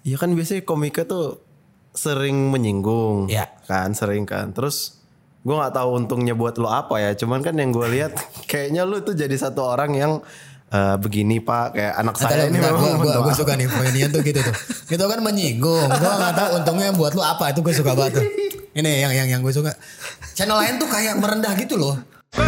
Iya kan biasanya komika tuh sering menyinggung, Iya. kan sering kan. Terus gue nggak tahu untungnya buat lo apa ya. Cuman kan yang gue lihat kayaknya lo tuh jadi satu orang yang begini pak, kayak anak saya ini memang gue suka nih poinnya tuh gitu tuh. Itu kan menyinggung. Gue nggak tahu untungnya buat lu apa, itu gue suka banget tuh. Ini yang gue suka. Channel lain tuh kayak merendah gitu loh.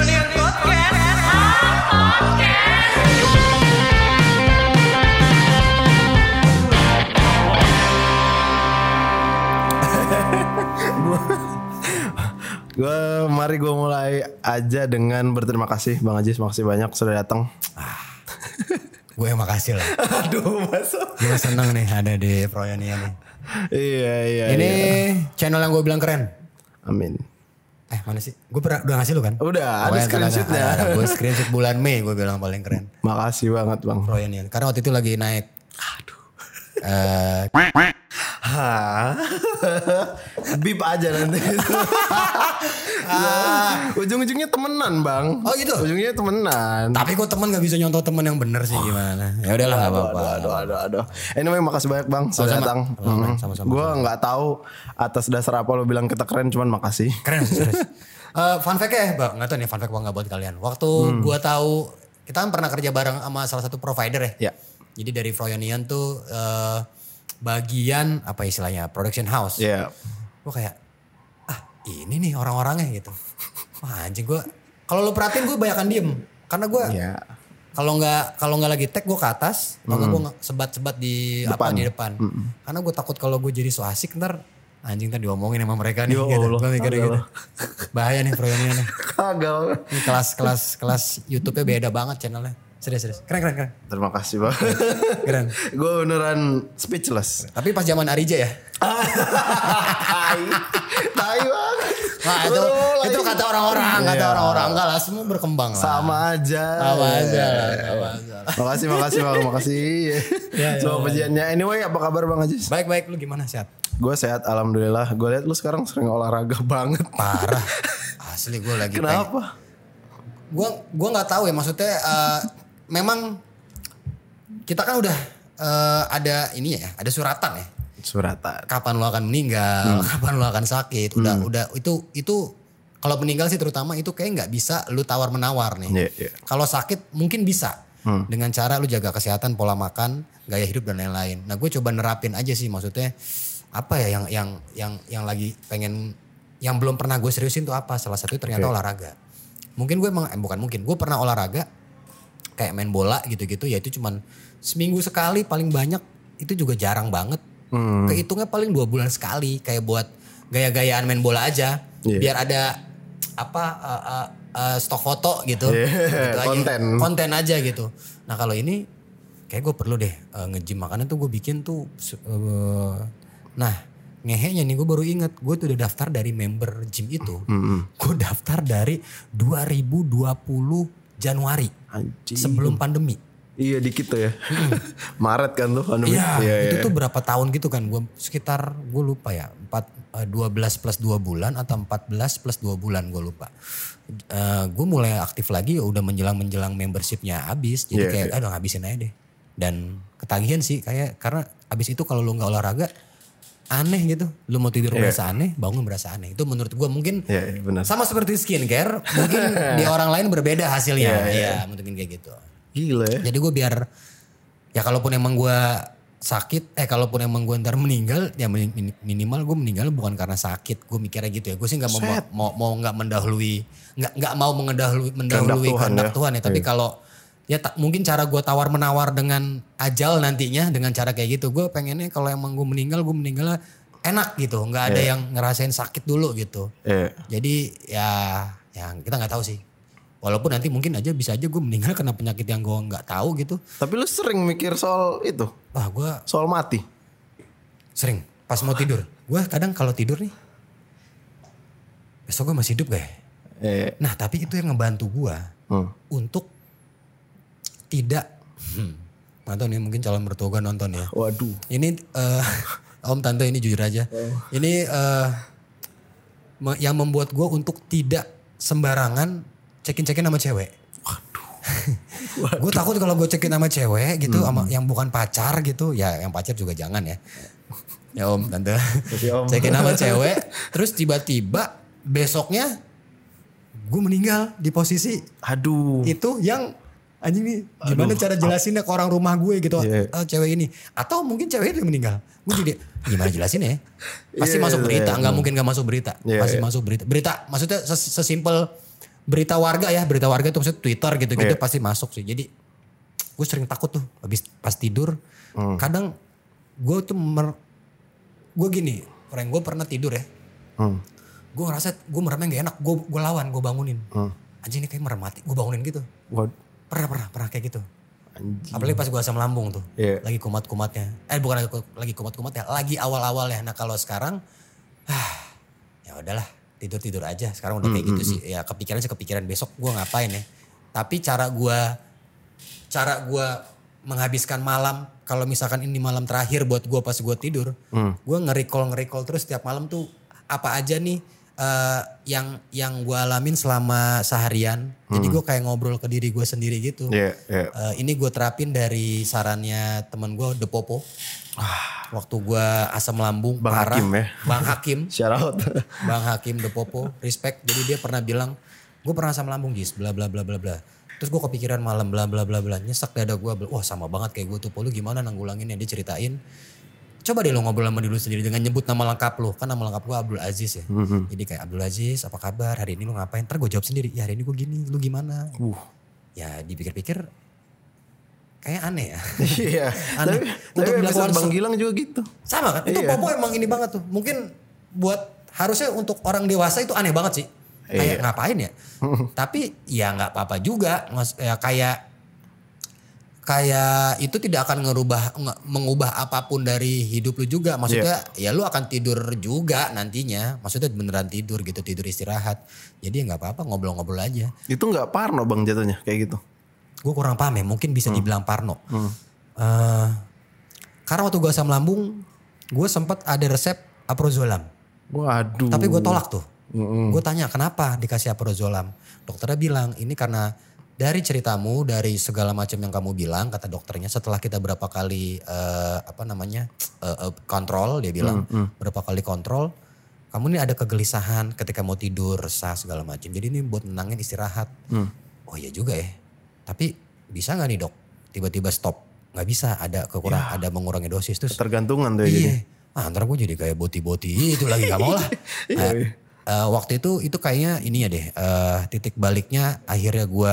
Mari gue mulai aja dengan berterima kasih Bang Ajis, makasih banyak sudah datang. Gue yang makasih lah. Aduh masuk. Gue seneng nih ada di Froyonia nih. Iya. Ini channel yang gue bilang keren. Amin. Mana sih? Gue udah ngasih lu kan? Udah, ada screenshotnya. Ada. Gue screenshot bulan Mei gue bilang paling keren. Makasih banget Bang. Froyonia. Karena waktu itu lagi naik. Bip aja nanti. Ujung-ujungnya temenan Bang. Oh gitu? Ujungnya temenan. Tapi kok temen gak bisa nyontoh temen yang bener sih gimana. Ya udahlah gak apa-apa. Aduh. Anyway makasih banyak Bang sudah datang. Gue gak tahu atas dasar apa lo bilang kita keren, cuman makasih. Keren serius. Fun fact ya Bang, gak tau nih fun fact Bang gak buat kalian. Waktu gue tahu kita kan pernah kerja bareng sama salah satu provider ya. Ya. Jadi dari Froyonian tuh bagian apa istilahnya production house. Iya. Gue kayak ini nih orang-orangnya gitu. Wah anjing gue. Kalau lo perhatiin gue banyakan diem. Karena gue kalau nggak lagi tag gue ke atas, kalau gue sebat-sebat di depan. Karena gue takut kalau gue jadi so asik ntar anjing ntar diomongin sama mereka nih. Gitu. Gue mikir gitu. Bahaya nih Froyonian nih. Kagak. Ini kelas YouTube-nya beda banget channelnya. Serius. Keren. Terima kasih Bang. Keren. Gue beneran speechless. Tapi pas zaman Arija ya. Tai banget. Nah itu kata orang-orang. Enggak lah semua berkembang lah. Sama aja. Makasih Bang. Makasih. Semua pujiannya. Anyway apa kabar Bang Ajis? Baik. Lu gimana sehat? Gue sehat alhamdulillah. Gue liat lu sekarang sering olahraga banget. Parah. Asli gue lagi. Kenapa? Gue nggak tahu ya maksudnya. Memang kita kan udah ada ini ya, ada suratan ya. Suratan. Kapan lu akan meninggal, kapan lu akan sakit. Udah itu kalau meninggal sih terutama itu kayak nggak bisa lu tawar menawar nih. Yeah. Kalau sakit mungkin bisa dengan cara lu jaga kesehatan, pola makan, gaya hidup dan lain-lain. Nah gue coba nerapin aja sih maksudnya apa ya yang lagi pengen, yang belum pernah gue seriusin tuh apa? Salah satunya ternyata olahraga. Mungkin gue gue pernah olahraga. Kayak main bola gitu-gitu ya itu cuman seminggu sekali paling banyak, itu juga jarang banget. Kehitungnya paling 2 bulan sekali kayak buat gaya-gayaan main bola aja. Biar ada stok foto gitu. Gitu konten aja gitu. Nah kalau ini kayak gue perlu deh nge-gym, makanya tuh gue bikin tuh nah ngehenya nih gue baru inget gue tuh udah daftar dari member gym itu. Gue daftar dari 2020 Januari. Anjing. Sebelum pandemi. Iya dikit tuh ya. Maret kan tuh pandemi. Iya itu tuh berapa tahun gitu kan. Gue sekitar gue lupa ya. 12 plus 2 bulan atau 14 plus 2 bulan gue lupa. Gue mulai aktif lagi ya udah menjelang membershipnya habis. Jadi kayak udah ngabisin aja deh. Dan ketagihan sih kayak karena habis itu kalau lu gak olahraga aneh gitu. Lu mau tidur berasa aneh, bangun berasa aneh. Itu menurut gue mungkin benar. Sama seperti skincare, mungkin di orang lain berbeda hasilnya. Iya, mungkin kayak gitu. Gila ya. Jadi gue biar, ya kalaupun emang gue sakit, kalaupun emang gue ntar meninggal, ya minimal gue meninggal bukan karena sakit. Gue mikirnya gitu ya. Gue sih nggak mau nggak mendahului, nggak mau mendahului kehendak Tuhan ya. Tapi kalau ya mungkin cara gue tawar menawar dengan ajal nantinya dengan cara kayak gitu. Gue pengennya kalau emang gue meninggal enak gitu. Nggak ada yang ngerasain sakit dulu gitu. Jadi ya kita nggak tahu sih. Walaupun nanti mungkin bisa aja gue meninggal karena penyakit yang gue nggak tahu gitu. Tapi lu sering mikir soal itu? Soal mati? Sering. Pas mau tidur. Gue kadang kalau tidur nih. Besok gue masih hidup gak ya? Nah tapi itu yang ngebantu gue. Untuk tidak. Nonton nih mungkin calon mertua gue nonton ya. Waduh. Ini om tante ini jujur aja. Ini yang membuat gue untuk tidak sembarangan cekin-cekin sama cewek. Waduh. Gue takut kalau gue cekin sama cewek gitu, sama yang bukan pacar gitu. Ya yang pacar juga jangan ya. Ya om, tante. Cekin sama cewek. Terus tiba-tiba besoknya gue meninggal di posisi. Aduh. Itu yang anjing nih gimana cara jelasinnya ke orang rumah gue gitu. Cewek ini. Atau mungkin cewek itu meninggal. Gue jadi gimana jelasin ya. Pasti masuk berita. Nggak mungkin gak masuk berita. Pasti masuk berita. Berita maksudnya sesimpel berita warga ya. Berita warga itu maksudnya Twitter gitu-gitu pasti masuk sih. Jadi gue sering takut tuh. Habis pas tidur. Kadang gue tuh gue gini. Orang gue pernah tidur ya. Gue ngerasa gue meremnya gak enak. Gue lawan, gue bangunin. Anjing ini kayak merem mati. Gue bangunin gitu. Pernah kayak gitu. Anjing. Apalagi pas gue asam lambung tuh. Lagi kumat-kumatnya. Bukan lagi kumat-kumatnya. Lagi awal-awalnya. Nah kalau sekarang. Ya udahlah. Tidur-tidur aja. Sekarang udah kayak gitu sih. Ya kepikiran besok gue ngapain ya. Tapi cara gue menghabiskan malam. Kalau misalkan ini malam terakhir buat gue pas gue tidur. Gue nge-recall terus setiap malam tuh. Apa aja nih. Yang gue alamin selama seharian. Jadi gue kayak ngobrol ke diri gue sendiri gitu. Ini gue terapin dari sarannya temen gue The Popo. Waktu gue asam lambung Bang parah. Hakim ya. Bang Hakim. Shout out. Bang Hakim The Popo. Respect. Jadi dia pernah bilang. Gue pernah asam lambung Jis. Bla bla bla bla bla. Terus gue kepikiran malam bla bla bla bla. Nyesek dada gue. Wah sama banget kayak gue tuh. Lu gimana nanggulanginnya. Dia ceritain. Coba deh lo ngobrol sama diri lu sendiri dengan nyebut nama lengkap lo. Kan nama lengkap gue Abdul Aziz ya. Jadi kayak Abdul Aziz apa kabar hari ini lo ngapain. Ntar gue jawab sendiri. Ya hari ini gue gini lu gimana. Ya dipikir-pikir kayak aneh ya. Iya. Aneh. Untuk episode Bang Gilang juga gitu. Sama kan. Itu Popo emang ini banget tuh. Mungkin buat harusnya untuk orang dewasa itu aneh banget sih. Kayak ngapain ya. Tapi ya gak apa-apa juga. Ya kayak itu tidak akan mengubah apapun dari hidup lu juga. Maksudnya ya lu akan tidur juga nantinya. Maksudnya beneran tidur gitu, tidur istirahat. Jadi ya gak apa-apa ngobrol-ngobrol aja. Itu gak parno Bang jatuhnya kayak gitu? Gue kurang paham ya, mungkin bisa dibilang parno. Karena waktu gue asam lambung, gue sempat ada resep Aprozolam. Waduh. Tapi gue tolak tuh. Gue tanya kenapa dikasih Aprozolam. Dokternya bilang ini karena dari ceritamu, dari segala macam yang kamu bilang, kata dokternya, setelah kita berapa kali kontrol, dia bilang berapa kali kontrol, kamu ini ada kegelisahan ketika mau tidur, resah segala macam. Jadi ini buat nenangin istirahat. Oh iya juga ya. Tapi bisa nggak nih dok? Tiba-tiba stop? Nggak bisa. Ada kekurangan, ada mengurangi dosis terus. Tergantungan tuh. Iya. Antara gue jadi kayak boti-boti itu lagi nggak mau lah. Waktu itu kayaknya ini ya deh. Titik baliknya akhirnya gue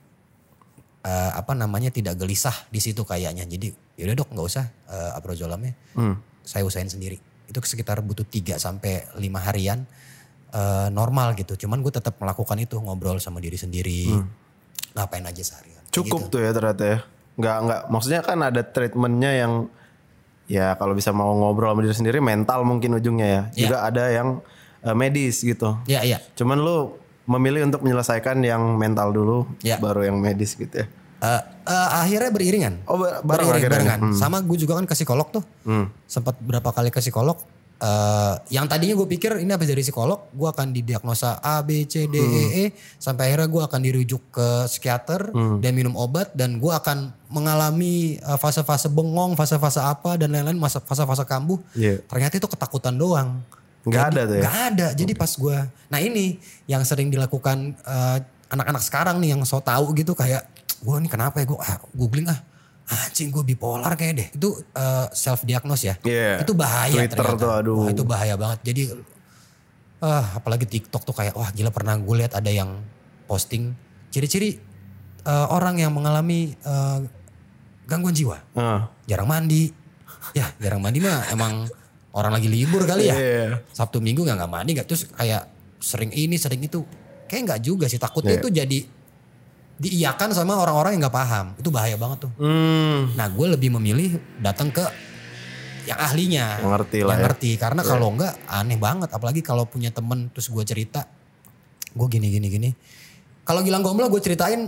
tidak gelisah di situ kayaknya. Jadi yaudah dok nggak usah Aprozolamnya. Saya usahain sendiri. Itu sekitar butuh 3 sampai 5 harian normal gitu. Cuman gue tetap melakukan itu, ngobrol sama diri sendiri. Ngapain aja seharian. Cukup gitu. tuh ya ternyata ya. Nggak maksudnya kan ada treatmentnya yang ya kalau bisa mau ngobrol sama diri sendiri mental mungkin ujungnya ya. Juga ada yang medis gitu. Iya. Cuman lu memilih untuk menyelesaikan yang mental dulu, baru yang medis gitu ya. Akhirnya beriringan. Oh barengan. Sama gue juga kan ke psikolog tuh. Sempat berapa kali ke psikolog. Yang tadinya gue pikir ini habis dari psikolog. Gue akan didiagnosa A, B, C, D, E. Sampai akhirnya gue akan dirujuk ke psikiater. Dan minum obat. Dan gue akan mengalami fase-fase bengong, fase-fase apa dan lain-lain. Fase-fase kambuh. Ternyata itu ketakutan doang. Gak ada tuh ya? Gak ada. Jadi pas gue. Nah ini yang sering dilakukan anak-anak sekarang nih yang so tahu gitu kayak. Gue ini kenapa ya gue googling anjing gue bipolar kayak deh. Itu self diagnose ya. Itu bahaya Twitter ternyata. tuh aduh. Wah, itu bahaya banget. Jadi apalagi TikTok tuh kayak wah gila pernah gue lihat ada yang posting ciri-ciri orang yang mengalami gangguan jiwa. Jarang mandi. Ya jarang mandi mah emang orang lagi libur kali ya. Sabtu Minggu gak mandi gak. Terus kayak sering ini sering itu. Kayak gak juga sih. Takutnya itu jadi diiyakan sama orang-orang yang gak paham. Itu bahaya banget tuh. Nah gue lebih memilih datang ke yang ahlinya. Yang ngerti. Karena kalau enggak aneh banget. Apalagi kalau punya temen terus gue cerita. Gue gini. Kalau Gilang Gomblo gue ceritain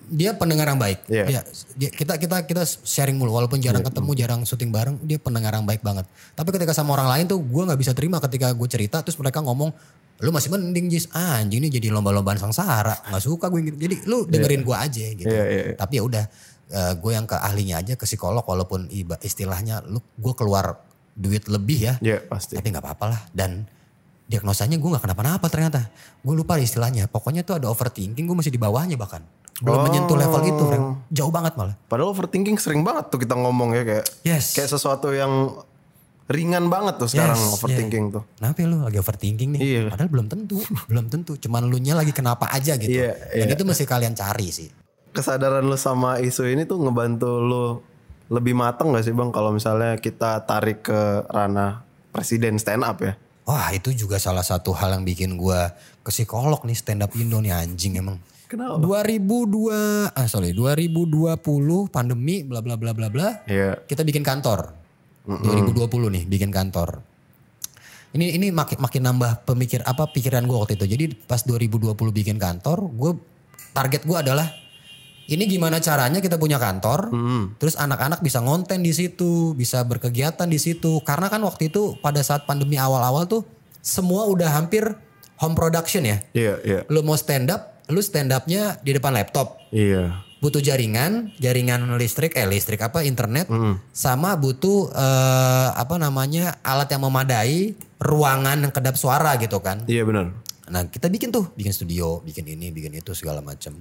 Dia pendengar yang baik. Kita sharing mulu walaupun jarang ketemu, jarang syuting bareng, dia pendengar yang baik banget. Tapi ketika sama orang lain tuh gue nggak bisa terima ketika gue cerita terus mereka ngomong, lu masih mending Jis, anjing ini jadi lomba-lombaan sengsara, nggak suka gue. Jadi lu dengerin gue aja gitu. Tapi ya udah, gue yang ke ahlinya aja, ke psikolog, walaupun istilahnya gue keluar duit lebih ya. Pasti. Tapi nggak apa-apa lah. Dan diagnosanya gue nggak kenapa-napa ternyata. Gue lupa istilahnya. Pokoknya tuh ada overthinking, gue masih di bawahnya bahkan. Belum menyentuh level itu, Frank. Jauh banget malah. Padahal overthinking sering banget tuh kita ngomong ya kayak sesuatu yang ringan banget tuh sekarang overthinking tuh. Kenapa lu lagi overthinking nih? Padahal belum tentu. Cuman lu nya lagi kenapa aja gitu. Dan itu mesti kalian cari sih. Kesadaran lu sama isu ini tuh ngebantu lu lebih mateng gak sih Bang kalau misalnya kita tarik ke ranah presiden stand up ya? Wah itu juga salah satu hal yang bikin gue ke psikolog nih, stand up Indo nih anjing emang. Kenapa? 2020 pandemi bla bla bla bla bla. Kita bikin kantor. 2020 nih bikin kantor. Ini makin nambah pikiran gue waktu itu. Jadi pas 2020 bikin kantor, target gue adalah ini gimana caranya kita punya kantor, terus anak-anak bisa ngonten di situ, bisa berkegiatan di situ. Karena kan waktu itu pada saat pandemi awal-awal tuh semua udah hampir home production ya. Lu mau stand up, lu stand upnya di depan laptop. Butuh jaringan listrik, internet, sama butuh alat yang memadai, ruangan yang kedap suara gitu kan. Iya benar. Nah kita bikin studio, bikin ini, bikin itu segala macam.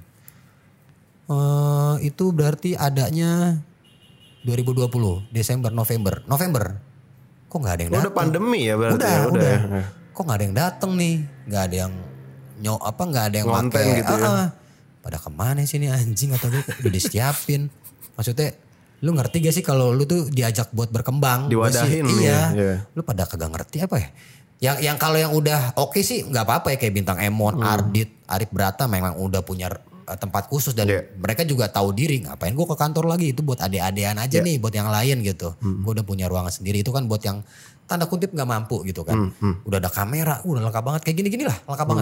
Itu berarti adanya 2020 November. Kok nggak ada yang datang? Udah pandemi ya berarti. Udah. Kok nggak ada yang datang nih? Nggak ada yang nggak ada yang ngonten make. Gitu ya. Pada kemana sih nih anjing atau gue udah disiapin. Maksudnya lu ngerti gak sih kalau lu tuh diajak buat berkembang? Diwadahin. Lu pada kagak ngerti apa ya? Yang kalau yang udah oke sih nggak apa-apa ya kayak Bintang Emon, Arif Brata memang udah punya tempat khusus dan mereka juga tahu diri. Ngapain gue ke kantor lagi, itu buat ade-adean aja nih, buat yang lain gitu. Gue udah punya ruangan sendiri, itu kan buat yang tanda kutip nggak mampu gitu kan. Udah ada kamera, udah lengkap banget kayak gini-gini lah, lengkap banget.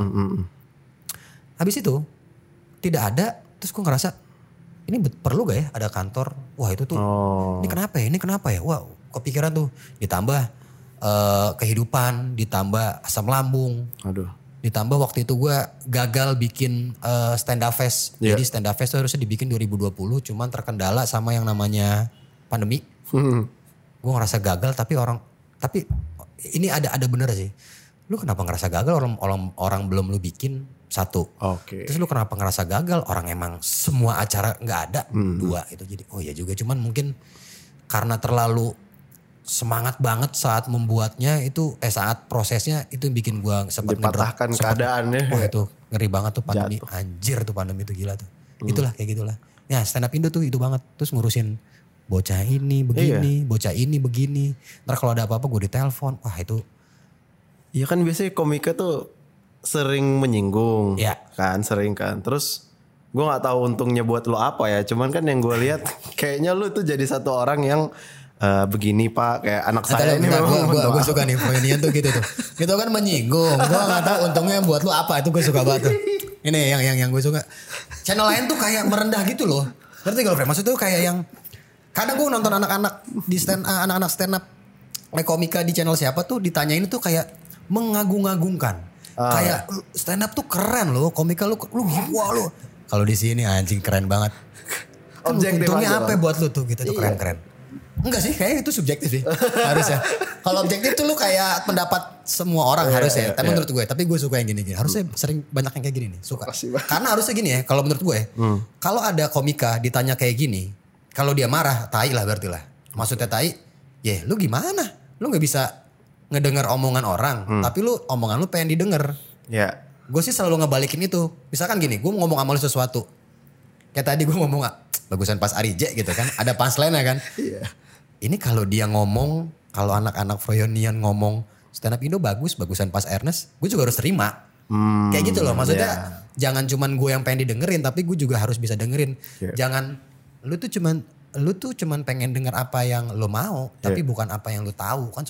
Habis itu tidak ada, terus gue ngerasa ini perlu gak ya ada kantor? Wah itu tuh ini kenapa ya? Wah kepikiran tuh, ditambah kehidupan, ditambah asam lambung. Ditambah waktu itu gue gagal bikin stand up fest. Jadi stand up fest itu harusnya dibikin 2020, cuman terkendala sama yang namanya pandemi. Gue ngerasa gagal, tapi ini ada bener sih. Lu kenapa ngerasa gagal, orang belum lu bikin, satu. Terus lu kenapa ngerasa gagal, orang emang semua acara gak ada, dua. Itu jadi oh ya juga, cuman mungkin karena terlalu semangat banget saat membuatnya itu, saat prosesnya itu bikin gue sempat dipatahkan keadaannya. Wah itu ngeri banget tuh pandemi. Anjir tuh pandemi itu gila tuh. Itulah kayak gitulah. Ya stand up Indo tuh itu banget. Terus ngurusin bocah ini begini, bocah ini begini. Ntar kalau ada apa-apa gue ditelepon. Wah itu. Iya kan biasanya komika tuh sering menyinggung. Kan sering kan. Terus gue gak tahu untungnya buat lo apa ya. Cuman kan yang gue lihat kayaknya lo tuh jadi satu orang yang begini Pak, kayak anak saya ini memang gue suka nih poinnya tuh gitu tuh. Gitu kan menyinggung. Gue gak tahu untungnya buat lu apa, itu gue suka banget tuh. Ini yang gue suka. Channel lain tuh kayak merendah gitu loh. Ngerti gak lo, Fred? Maksudnya tuh kayak yang kadang gue nonton anak-anak di anak-anak stand up komika di channel siapa tuh ditanyain tuh kayak mengagung-agungkan. Kayak stand up tuh keren loh, komika lu wah lu. Kalau di sini anjing keren banget. Kan untungnya apa buat lu tuh gitu tuh keren-keren. Enggak sih, kayaknya itu subjektif sih harusnya. Kalau objektif tuh lu kayak pendapat semua orang harusnya. Tapi menurut gue, tapi gue suka yang gini-gini. Harusnya sering banyak yang kayak gini nih, suka. Karena harusnya gini ya, kalau menurut gue, kalau ada komika ditanya kayak gini, kalau dia marah, tai lah berarti lah. Maksudnya tai, lu gimana? Lu nggak bisa ngedengar omongan orang, tapi lu omongan lu pengen didengar. Gue sih selalu ngebalikin itu. Misalkan gini, gue ngomong sama lu sesuatu. Kayak tadi gue ngomong bagusan pas Arije gitu kan, ada punchline-nya kan. Ini kalau dia ngomong, kalau anak-anak Froyonian ngomong stand up Indo bagusan pas Ernest, gue juga harus terima. Kayak gitu loh, maksudnya jangan cuman gue yang pengen didengerin, tapi gue juga harus bisa dengerin. Jangan lu tuh cuman pengen denger apa yang lu mau, tapi bukan apa yang lu tahu, kan suka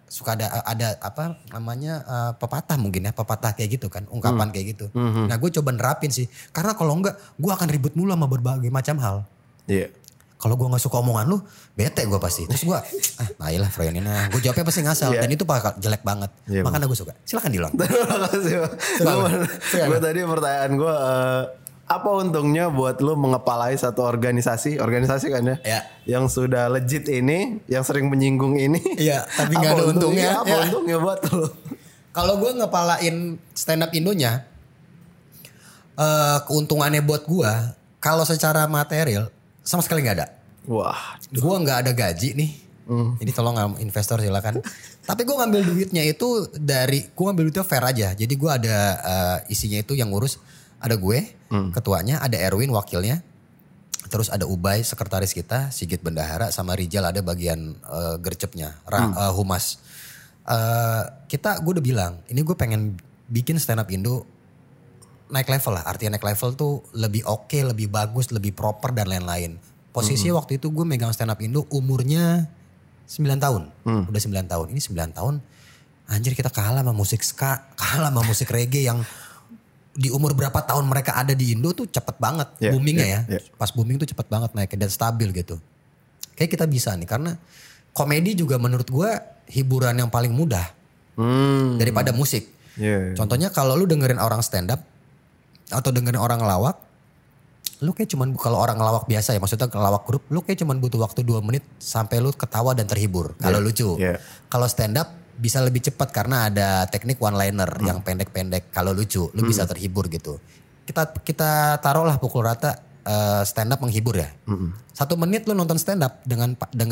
suka ada apa namanya pepatah mungkin ya, pepatah kayak gitu kan, ungkapan kayak gitu. Nah gue coba nerapin sih, karena kalau enggak gue akan ribut mulu sama berbagai macam hal. Iya. Kalau gue nggak suka omongan lu, bete gue pasti. Terus gue, baiklah Froyonina, gue jawabnya pasti ngasal dan itu bakal jelek banget. Makanya gue suka. Silakan diulang. Terima kasih. Gue tadi pertanyaan gue, apa untungnya buat lu mengepalai satu organisasi kan ya, yang sudah legit ini, yang sering menyinggung ini. Iya, tapi nggak ada untungnya. Apa untungnya buat lu? Kalau gue ngepalain stand up Indonya, keuntungannya buat gue, kalau secara material sama sekali nggak ada. Wah, gue nggak ada gaji nih. Jadi tolong investor silakan. Tapi gue ngambil duitnya itu gue ngambil duitnya fair aja. Jadi gue ada isinya itu yang ngurus. Ada gue, ketuanya, ada Erwin wakilnya. Terus ada Ubay sekretaris kita, Sigit Bendahara, sama Rijal ada bagian gercepnya, humas. Gue udah bilang, ini gue pengen bikin stand up Indo naik level lah. Artinya naik level tuh lebih oke, lebih bagus, lebih proper dan lain-lain. Posisinya waktu itu gue megang stand up Indo umurnya 9 tahun. Udah 9 tahun. Ini 9 tahun anjir kita kalah sama musik ska, kalah sama musik reggae yang di umur berapa tahun mereka ada di Indo tuh cepet banget boomingnya ya. Pas booming tuh cepet banget naiknya dan stabil gitu. Kayak kita bisa nih karena komedi juga menurut gue hiburan yang paling mudah daripada musik. Contohnya kalau lu dengerin orang stand up atau dengerin orang ngelawak, lu kayak cuman kalau orang ngelawak biasa ya, maksudnya ngelawak grup, lu kayak cuman butuh waktu 2 menit sampai lu ketawa dan terhibur kalau lucu. Kalau stand up bisa lebih cepat karena ada teknik one liner yang pendek-pendek. Kalau lucu, lu bisa terhibur gitu. Kita taruhlah pukul rata stand up menghibur ya. 1 menit lu nonton stand up dengan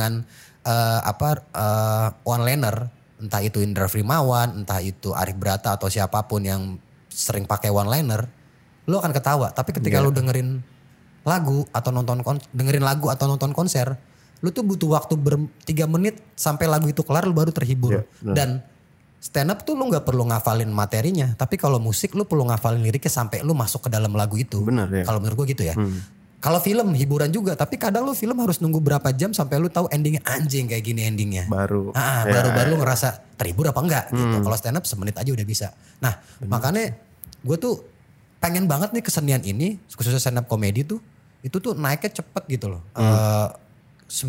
one liner, entah itu Indra Frimawan, entah itu Arif Brata atau siapapun yang sering pakai one liner, lu akan ketawa. Tapi ketika lu dengerin lagu atau nonton konser, lu tuh butuh waktu 3 menit sampai lagu itu kelar lu baru terhibur. Dan stand up tuh lu gak perlu ngafalin materinya, tapi kalau musik lu perlu ngafalin liriknya sampai lu masuk ke dalam lagu itu. Kalau menurut gue gitu ya. Kalau film hiburan juga, tapi kadang lu film harus nunggu berapa jam sampai lu tahu endingnya, anjing kayak gini endingnya. Baru lu ngerasa terhibur apa enggak gitu. Kalau stand up semenit aja udah bisa. Nah makanya gue tuh pengen banget nih kesenian ini, khususnya stand up komedi tuh, itu tuh naiknya cepet gitu loh. 9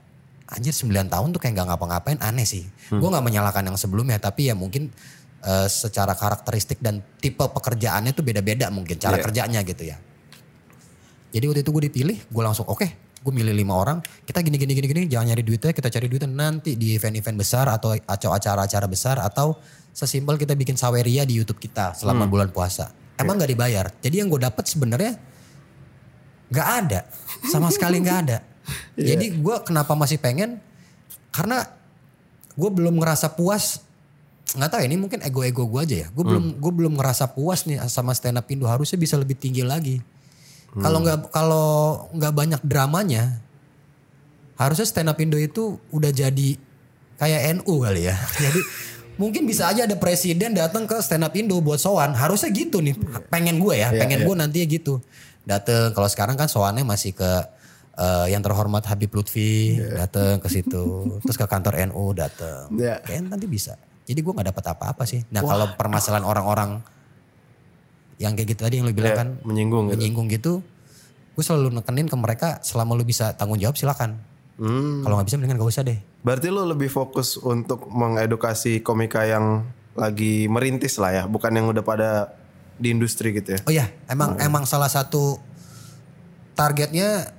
tahun tuh kayak gak ngapa-ngapain, aneh sih. Gue gak menyalahkan yang sebelumnya, tapi ya mungkin secara karakteristik dan tipe pekerjaannya tuh beda-beda mungkin cara kerjanya gitu ya. Jadi waktu itu gue dipilih, gue langsung oke, gue milih 5 orang, kita gini, jangan nyari duitnya, kita cari duitnya nanti di event-event besar atau acara-acara besar atau sesimpel kita bikin saweria di YouTube kita selama bulan puasa. Emang gak dibayar. Jadi yang gue dapet sebenarnya gak ada, sama sekali gak ada. Jadi gue kenapa masih pengen, karena gue belum ngerasa puas. Nggak tahu ya, ini mungkin ego gue aja ya. Gue belum ngerasa puas nih sama stand up Indo, harusnya bisa lebih tinggi lagi. Kalau nggak banyak dramanya, harusnya stand up Indo itu udah jadi kayak NU kali ya. Jadi mungkin bisa aja ada presiden datang ke stand up Indo buat sowan. Harusnya gitu nih. Pengen gue ya, gue nantinya gitu. Dateng, kalau sekarang kan sowannya masih ke yang terhormat Habib Lutfi, dateng ke situ. Terus ke kantor NU dateng. Kayaknya nanti bisa. Jadi gue gak dapat apa-apa sih. Nah kalau permasalahan orang-orang yang kayak gitu tadi yang lu bilang kan menyinggung gitu. Gue selalu nekenin ke mereka, selama lu bisa tanggung jawab silakan. Kalau gak bisa mendingan gak usah deh. Berarti lu lebih fokus untuk mengedukasi komika yang lagi merintis lah ya. Bukan yang udah pada di industri gitu ya. Oh iya, emang salah satu targetnya,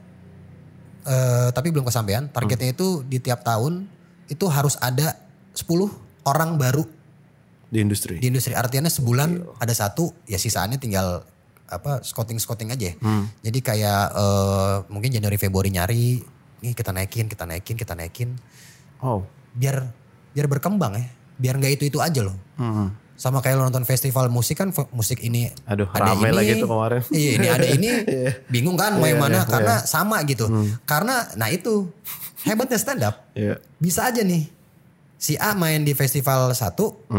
tapi belum kesampaian. Targetnya itu di tiap tahun itu harus ada 10 orang baru di industri. Artinya sebulan ada 1, ya sisaannya tinggal scouting aja. Jadi kayak mungkin Januari Februari nyari, nih kita naikin. Oh. Biar berkembang ya. Biar nggak itu aja loh. Sama kayak lo nonton festival musik kan, musik ini ada ini lagi tuh kemarin. Iya, ini ada ini bingung kan mau yang mana karena sama gitu. Karena nah itu hebatnya stand up. Bisa aja nih si A main di festival 1,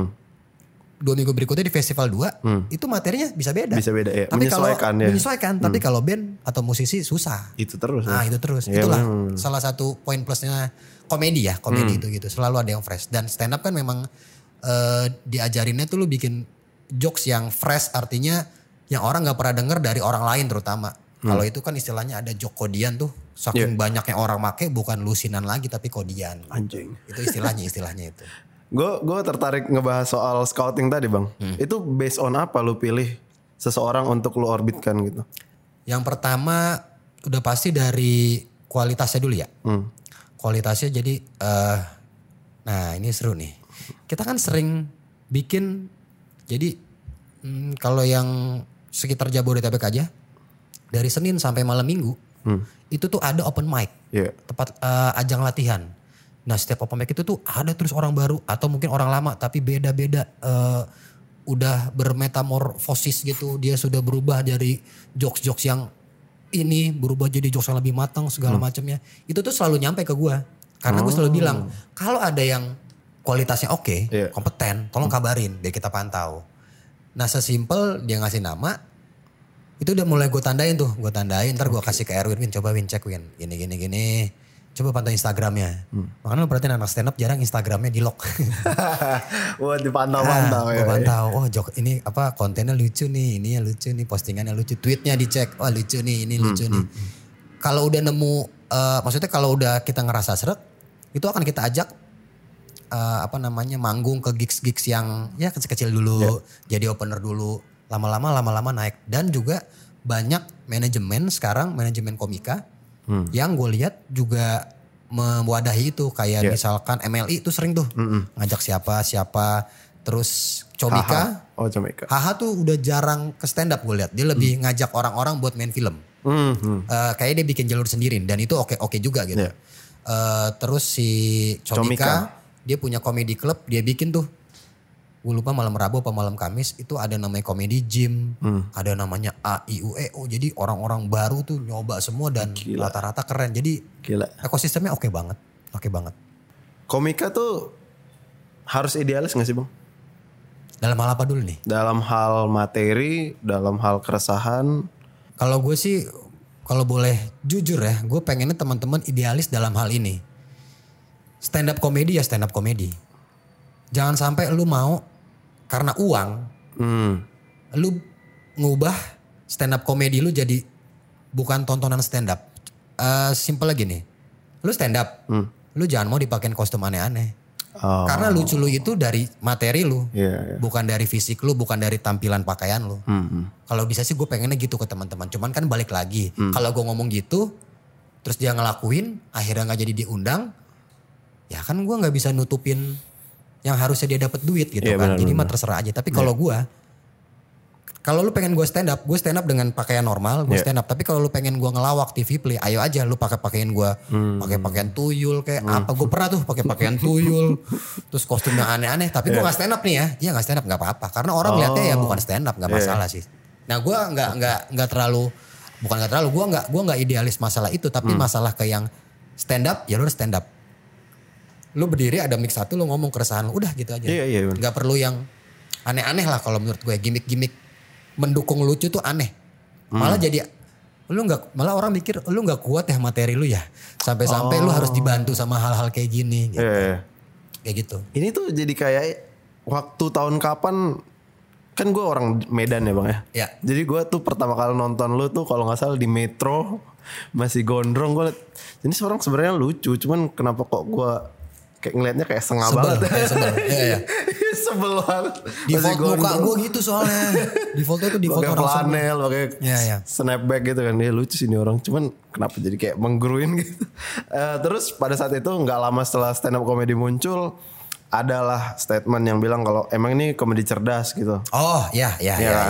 2 minggu berikutnya di festival 2, itu materinya bisa beda. Bisa beda ya. Tapi menyesuaikan, tapi kalau band atau musisi susah. Itu terus. Nah, itu terus. Itulah salah satu poin plusnya komedi itu gitu. Selalu ada yang fresh. Dan stand up kan memang diajarinnya tuh lu bikin jokes yang fresh, artinya yang orang gak pernah denger dari orang lain terutama. Kalau itu kan istilahnya ada joke kodian tuh. Saking banyaknya orang make, bukan lusinan lagi tapi kodian. Anjing. Itu istilahnya itu. Gue tertarik ngebahas soal scouting tadi bang. Itu based on apa lu pilih seseorang untuk lu orbitkan gitu? Yang pertama udah pasti dari kualitasnya dulu ya. Kualitasnya jadi, nah ini seru nih. Kita kan sering bikin, jadi kalau yang sekitar Jabodetabek aja, dari Senin sampai malam Minggu, itu tuh ada open mic, tempat ajang latihan. Nah setiap open mic itu tuh ada terus orang baru atau mungkin orang lama tapi beda-beda, udah bermetamorfosis gitu. Dia sudah berubah dari jokes-jokes yang ini berubah jadi jokes yang lebih matang segala macamnya. Itu tuh selalu nyampe ke gue, karena gue selalu bilang kalau ada yang kualitasnya oke, kompeten, tolong kabarin biar kita pantau. Nah sesimpel dia ngasih nama, itu udah mulai gue tandain tuh. Gue tandain, ntar gue kasih ke Erwin, Win coba Win cek Win. Gini. Coba pantau Instagramnya. Makanya lu perhatiin anak stand up jarang Instagramnya di lock. Wah dipantau-pantau ya. Gue pantau, oh jok ini apa kontennya lucu nih, ininya lucu nih, postingannya lucu. Tweetnya dicek, oh lucu nih, ini lucu nih. Kalau udah nemu, maksudnya kalau udah kita ngerasa seret, itu akan kita ajak manggung ke gigs-gigs yang ya kecil-kecil dulu. Jadi opener dulu. Lama-lama naik. Dan juga banyak manajemen sekarang, manajemen komika yang gue lihat juga mewadahi itu. Kayak misalkan MLI itu sering tuh ngajak siapa. Terus Comika. Comika. Haha tuh udah jarang ke stand up gue lihat. Dia lebih ngajak orang-orang buat main film. Kayaknya dia bikin jalur sendiri dan itu oke juga gitu. Terus si Comika dia punya comedy club, dia bikin tuh. Gue lupa malam Rabu apa malam Kamis itu ada namanya comedy gym, ada namanya AIUEO. Jadi orang-orang baru tuh nyoba semua dan rata-rata keren. Jadi ekosistemnya oke banget. Komika tuh harus idealis gak sih bang? Dalam hal apa dulu nih? Dalam hal materi, dalam hal keresahan. Kalau gue sih, kalau boleh jujur ya, gue pengennya teman-teman idealis dalam hal ini. Stand up comedy ya stand up comedy. Jangan sampai lu mau karena uang, lu ngubah stand up comedy lu jadi bukan tontonan stand up. Simple lagi nih, lu stand up, lu jangan mau dipakein kostum aneh-aneh. Karena lucu lu itu dari materi lu, bukan dari fisik lu, bukan dari tampilan pakaian lu. Kalau bisa sih gue pengennya gitu ke teman-teman. Cuman kan balik lagi, kalau gue ngomong gitu, terus dia ngelakuin, akhirnya nggak jadi diundang, ya kan gue nggak bisa nutupin yang harusnya dia dapat duit gitu kan. Jadi mah terserah aja. Tapi kalau gue, kalau lu pengen gue stand up dengan pakaian normal, gue stand up. Tapi kalau lu pengen gue ngelawak TV play, ayo aja lu pakai pakaian gue, pakai pakaian tuyul kayak apa. Gue pernah tuh pakai pakaian tuyul, terus kostumnya aneh-aneh. Tapi gue nggak stand up nih ya, nggak stand up nggak apa-apa. Karena orang lihatnya ya bukan stand up, nggak masalah sih. Nah gue nggak terlalu, gue nggak idealis masalah itu. Tapi masalah ke yang stand up, ya lu stand up. Lu berdiri ada mic satu, lu ngomong keresahan lu, udah gitu aja. Gak perlu yang aneh-aneh lah kalau menurut gue. Gimmick-gimmick mendukung lucu tuh aneh. Malah jadi, malah orang mikir lu gak kuat ya materi lu ya. Sampai-sampai lu harus dibantu sama hal-hal kayak gini. Gitu. Kayak gitu. Ini tuh jadi kayak waktu tahun kapan, kan gue orang Medan ya bang ya. Jadi gue tuh pertama kali nonton lu tuh kalau gak salah di Metro, masih gondrong. Gue liat, ini seorang sebenarnya lucu, cuman kenapa kok gue kayak ngelihatnya kayak setengah banget. Sebel banget. Default muka gue gitu soalnya. Defaultnya tuh default orang flanel, pakai snapback gitu kan. Dia lucu sih ini orang. Cuman kenapa jadi kayak menggeruin gitu. Terus pada saat itu gak lama setelah stand up comedy muncul, adalah statement yang bilang kalau emang ini komedi cerdas gitu. Oh ya.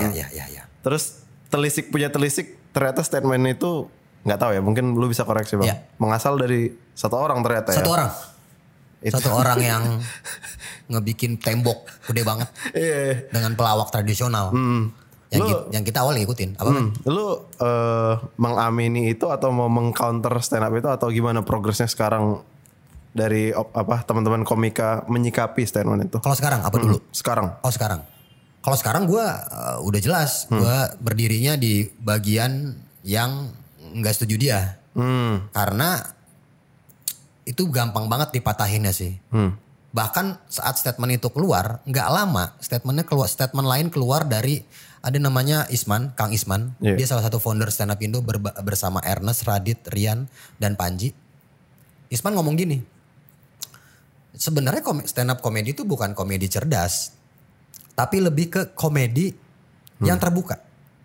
Terus telisik ternyata statement itu gak tahu ya, mungkin lu bisa koreksi bang. Mengasal dari satu orang ternyata ya. Satu orang yang ngebikin tembok gede banget dengan pelawak tradisional. Yang kita awal ngikutin. Lu mengamini itu atau mau mengcounter stand up itu atau gimana progresnya sekarang dari teman-teman komika menyikapi statement itu? Kalau sekarang apa dulu? Sekarang. Sekarang. Kalau sekarang gue udah jelas, gue berdirinya di bagian yang nggak setuju dia. Karena itu gampang banget dipatahinnya sih. Bahkan saat statement itu keluar, nggak lama statement lain keluar dari ada namanya Kang Isman. Yeah. Dia salah satu founder Stand Up Indo bersama Ernest, Radit, Rian, dan Panji. Isman ngomong gini, sebenarnya stand up komedi itu bukan komedi cerdas, tapi lebih ke komedi yang terbuka.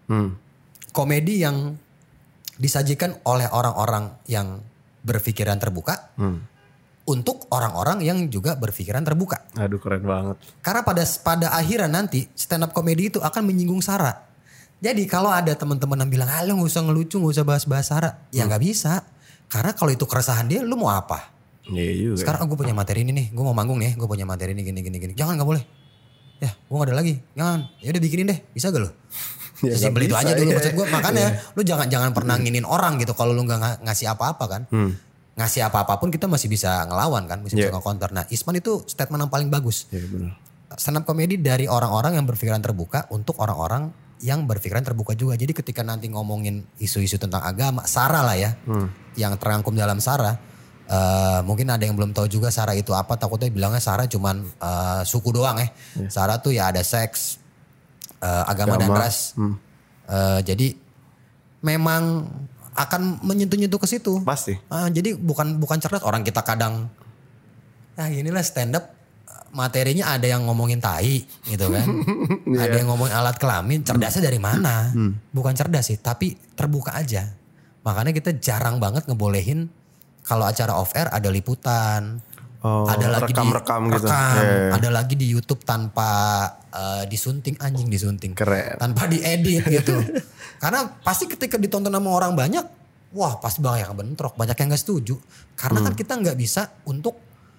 Komedi yang disajikan oleh orang-orang yang berpikiran terbuka untuk orang-orang yang juga berpikiran terbuka. Aduh keren banget. Karena pada akhirnya nanti stand up komedi itu akan menyinggung sara. Jadi kalau ada teman-teman yang bilang, lu gak usah ngelucu, gak usah bahas-bahas sara. Ya gak bisa. Karena kalau itu keresahan dia, lu mau apa? Iya juga. Sekarang gue punya materi ini nih, gue mau manggung nih, gue punya materi ini gini. Jangan, gak boleh. Ya gue gak ada lagi, jangan. Ya udah bikinin deh, bisa gak lo? Ya, simpel itu aja dulu maksud gue. Makanya lu jangan pernah nginin orang gitu kalau lu gak ngasih apa-apa kan. Ngasih apa-apapun kita masih bisa ngelawan kan, masih bisa nge-counter. Nah Isman itu statement yang paling bagus. Iya benar. Stand up comedy dari orang-orang yang berpikiran terbuka untuk orang-orang yang berpikiran terbuka juga. Jadi ketika nanti ngomongin isu-isu tentang agama, sara lah ya, yang terangkum dalam sara. Mungkin ada yang belum tahu juga sara itu apa, takutnya bilangnya sara cuman suku doang ya. Sara tuh ya ada seks, agama dan ras. Jadi memang akan menyentuh-nyentuh ke situ. Pasti. Jadi bukan cerdas. Orang kita kadang, inilah stand up materinya ada yang ngomongin tai gitu kan. Ada yang ngomongin alat kelamin. Cerdasnya dari mana? Bukan cerdas sih, tapi terbuka aja. Makanya kita jarang banget ngebolehin kalau acara off air ada liputan. Ada lagi rekam gitu. Ada lagi di YouTube tanpa disunting, disunting. Keren. Tanpa diedit gitu. Karena pasti ketika ditonton sama orang banyak, wah pasti banyak yang bentrok, banyak yang gak setuju. Karena kan kita gak bisa untuk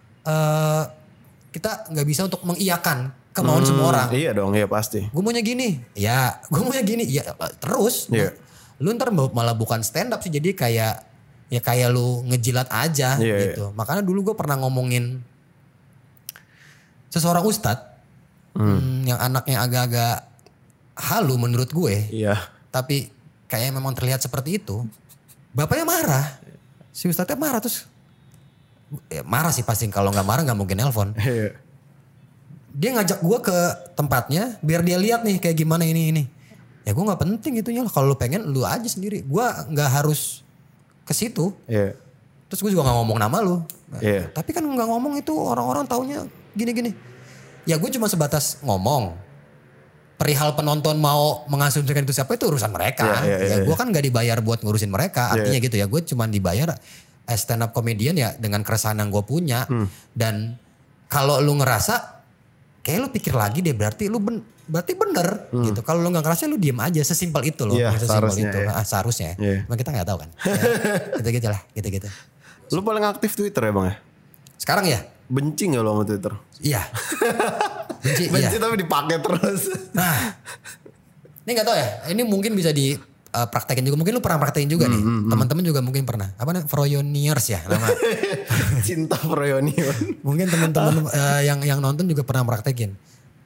mengiyakan kemauan semua orang. Iya dong, iya pasti. Gue maunya gini, ya terus. Lu ntar malah bukan stand up sih, jadi kayak lu ngejilat aja gitu. Makanya dulu gue pernah ngomongin seseorang ustadz yang anaknya agak-agak halu menurut gue. Iya. Tapi kayaknya memang terlihat seperti itu. Bapaknya marah. Si ustadznya marah terus. Marah sih pasti, kalau gak marah gak mungkin nelpon. Dia ngajak gue ke tempatnya biar dia lihat nih kayak gimana ini. Ya gue gak penting itunya, kalau lu pengen lu aja sendiri. Gue gak harus ke situ. Terus gue juga gak ngomong nama lu. Tapi kan gak ngomong itu orang-orang taunya gini-gini. Ya gue cuma sebatas ngomong. Perihal penonton mau mengasumsikan itu siapa itu urusan mereka. Gue kan gak dibayar buat ngurusin mereka. Artinya gitu ya, gue cuma dibayar as stand up comedian ya dengan keresahan yang gue punya. Dan kalau lu ngerasa kayak lu pikir lagi deh, berarti lu berarti bener gitu. Kalau lu gak ngerasa lu diem aja, sesimpel itu loh. Sesimpel itu. Seharusnya. Cuma kita gak tahu kan. Gitu-gitu lah. Gitu-gitu. Lu paling aktif Twitter ya Bang ya? Sekarang ya? Benci gak lu sama Twitter? Iya. Benci tapi dipakai terus. Nah, ini gak tahu ya. Ini mungkin bisa dipraktekin juga. Mungkin lu pernah praktekin juga nih. Teman-teman juga mungkin pernah. Apa namanya? Froyoniers ya nama. Cinta Froyoniers. Mungkin teman-teman yang nonton juga pernah praktekin.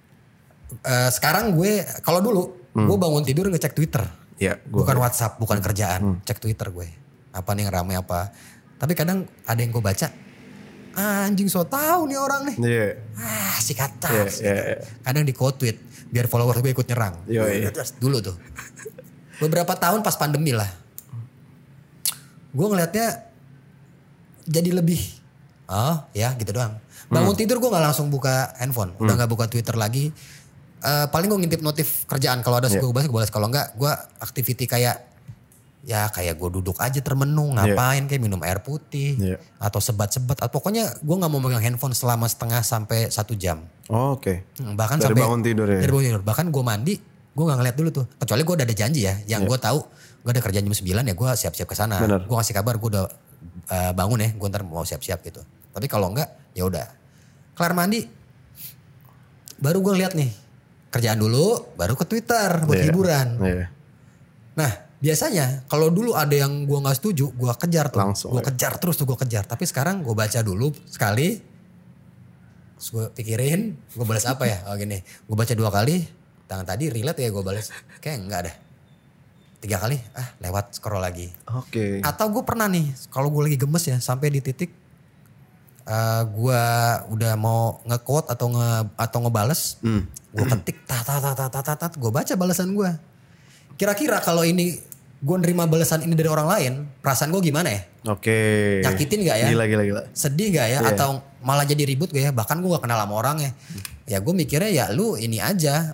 Sekarang gue, kalau dulu gue bangun tidur ngecek Twitter. Bukan WhatsApp, bukan kerjaan. Cek Twitter gue. Apa nih yang rame apa. Tapi kadang ada yang gue baca. Anjing so tau nih orang nih. Sikat tas. Kadang di quote tweet biar follower gue ikut nyerang. Dulu tuh. Beberapa tahun pas pandemi lah. Gue ngelihatnya jadi lebih gitu doang. Bangun tidur gue gak langsung buka handphone. Udah gak buka Twitter lagi. Paling gue ngintip notif kerjaan. Kalau ada gue balas. Kalau enggak gue activity kayak gue duduk aja termenung, ngapain kayak minum air putih atau sebat-sebat. Pokoknya gue nggak mau megang handphone selama setengah sampai 1 jam. Oke. Bahkan dari sampai bangun tidur ya. Dari bangun tidur. Bahkan gue mandi, gue nggak ngeliat dulu tuh. Kecuali gue udah ada janji ya, yang gue tahu gue ada kerjaan jam 9 ya gue siap-siap ke sana. Gue ngasih kabar gue udah bangun ya, gue ntar mau siap-siap gitu. Tapi kalau enggak, ya udah. Kelar mandi, baru gue lihat nih kerjaan dulu, baru ke Twitter buat hiburan. Nah. Biasanya kalau dulu ada yang gue gak setuju, gue kejar tuh. Gue kejar terus tuh, gue kejar. Tapi sekarang gue baca dulu sekali. Terus gue pikirin, gue balas apa ya? Gini, gue baca 2 kali. Tangan tadi relate ya gue balas. Kayak enggak ada. 3 kali, lewat scroll lagi. Oke. Atau gue pernah nih, kalau gue lagi gemes ya, sampai di titik gue udah mau nge-quote atau ngebales, gue ketik tat, gue baca balasan gue. Kira-kira kalau ini gue nerima balasan ini dari orang lain, perasaan gue gimana ya? Oke. Nyakitin gak ya? Gila. Sedih gak ya? Atau malah jadi ribut gak ya? Bahkan gue gak kenal sama orang ya. Ya gue mikirnya ya lu ini aja,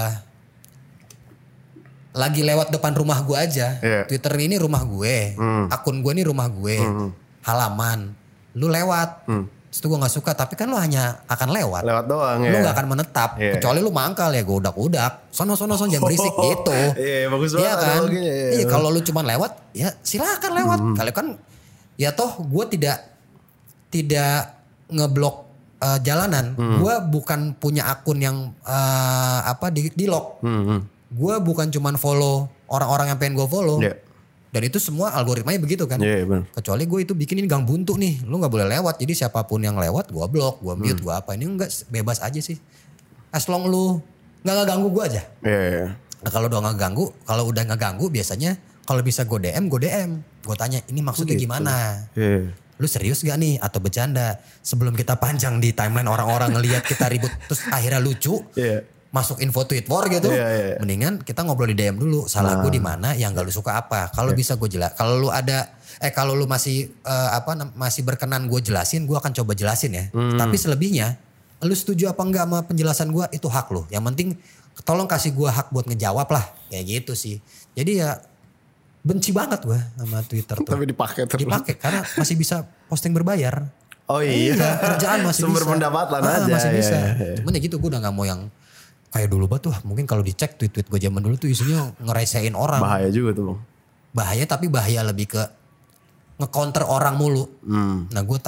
lagi lewat depan rumah gue aja. Twitter ini rumah gue, akun gue ini rumah gue, halaman. Lu lewat, terus gua gak suka, tapi kan lu hanya akan lewat. Lewat doang lu gak akan menetap, kecuali lu mangkal ya gue udak-udak. Sono jangan berisik gitu. Iya bagus banget. Iya kan? Iya kalau lu cuman lewat, ya silakan lewat. Kali kan, ya toh gue tidak ngeblok jalanan. Gue bukan punya akun yang di lock. Gue bukan cuman follow orang-orang yang pengen gue follow. Dan itu semua algoritmanya begitu kan. Bener. Kecuali gue itu bikin ini gang buntu nih. Lu gak boleh lewat. Jadi siapapun yang lewat gue blok, gue mute, gue apa. Ini enggak, bebas aja sih. As long lu gak ganggu gue aja. Nah, kalau udah gak ganggu biasanya kalau bisa gue DM. Gue tanya ini maksudnya gimana. Lu serius gak nih atau bercanda? Sebelum kita panjang di timeline orang-orang ngelihat kita ribut terus akhirnya lucu. Masuk info tweet war gitu, mendingan kita ngobrol di DM dulu. Salah gue di mana, yang gak lu suka apa? Kalau bisa gue jelas. Kalau lu kalau lu masih masih berkenan gue jelasin, gue akan coba jelasin ya. Tapi selebihnya, lu setuju apa enggak sama penjelasan gue itu hak lu. Yang penting tolong kasih gue hak buat ngejawab lah, kayak gitu sih. Jadi ya benci banget gue sama Twitter tuh. Tapi dipakai terus. Dipakai karena masih bisa posting berbayar. Oh iya. Kerjaan masih Sumber bisa. pendapatan aja. Masih bisa. Cuman ya gitu gue udah gak mau yang kayak dulu tuh, mungkin kalau dicek tweet-tweet gue zaman dulu tuh isinya ngeresein orang. Bahaya juga tuh bang. Bahaya, tapi bahaya lebih ke nge-counter orang mulu. Nah gue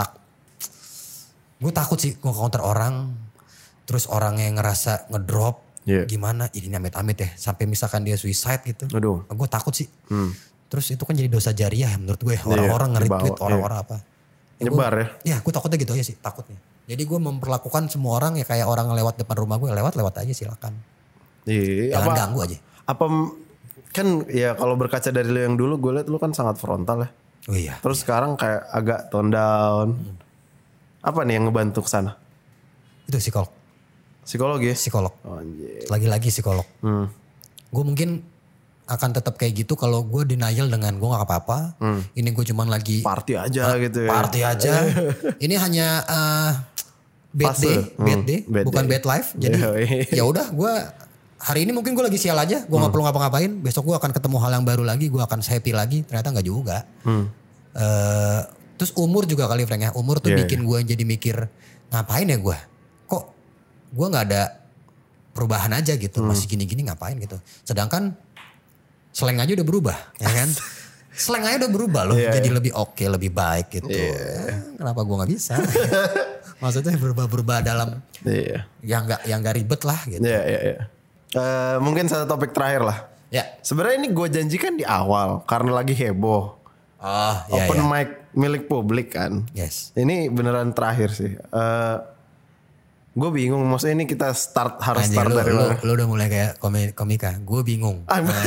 takut sih nge-counter orang. Terus orangnya ngerasa ngedrop. Gimana, ini amit-amit ya. Sampai misalkan dia suicide gitu. Aduh. Nah, gue takut sih. Terus itu kan jadi dosa jariah menurut gue. Orang-orang nge-retweet orang-orang apa. Nyebar ya? Ya gue takutnya gitu aja sih, takutnya. Jadi gue memperlakukan semua orang ya kayak orang lewat depan rumah gue, lewat aja silakan. Jangan ganggu aja. Apa kan ya kalau berkaca dari lo yang dulu gue liat lo kan sangat frontal ya. Oh iya. Terus sekarang kayak agak tone down. Apa nih yang ngebantu kesana? Itu psikolog. Psikologi? Psikolog. Oh, anjir. Lagi-lagi psikolog. Gue mungkin akan tetap kayak gitu kalau gue denial dengan gue gak apa-apa. Ini gue cuman lagi party aja gitu ya. Party aja. Ini hanya bad day, bukan bad life. Jadi ya udah gue hari ini mungkin gue lagi sial aja. Gue gak perlu ngapa-ngapain. Besok gue akan ketemu hal yang baru lagi. Gue akan happy lagi. Ternyata gak juga. Terus umur juga kali Frank ya. Umur tuh bikin gue jadi mikir ngapain ya gue. Kok gue gak ada perubahan aja gitu. Masih gini-gini ngapain gitu. Sedangkan slang aja udah berubah, ya kan? Slang aja udah berubah loh, jadi lebih oke, lebih baik gitu. Kenapa gue nggak bisa? Maksudnya berubah dalam yang nggak ribet lah gitu. Mungkin satu topik terakhir lah. Sebenarnya ini gue janjikan di awal karena lagi heboh. Open mic milik publik kan. Yes. Ini beneran terakhir sih. Gue bingung, maksudnya ini kita harus start dari mana? Lu udah mulai kayak komika. Gue bingung.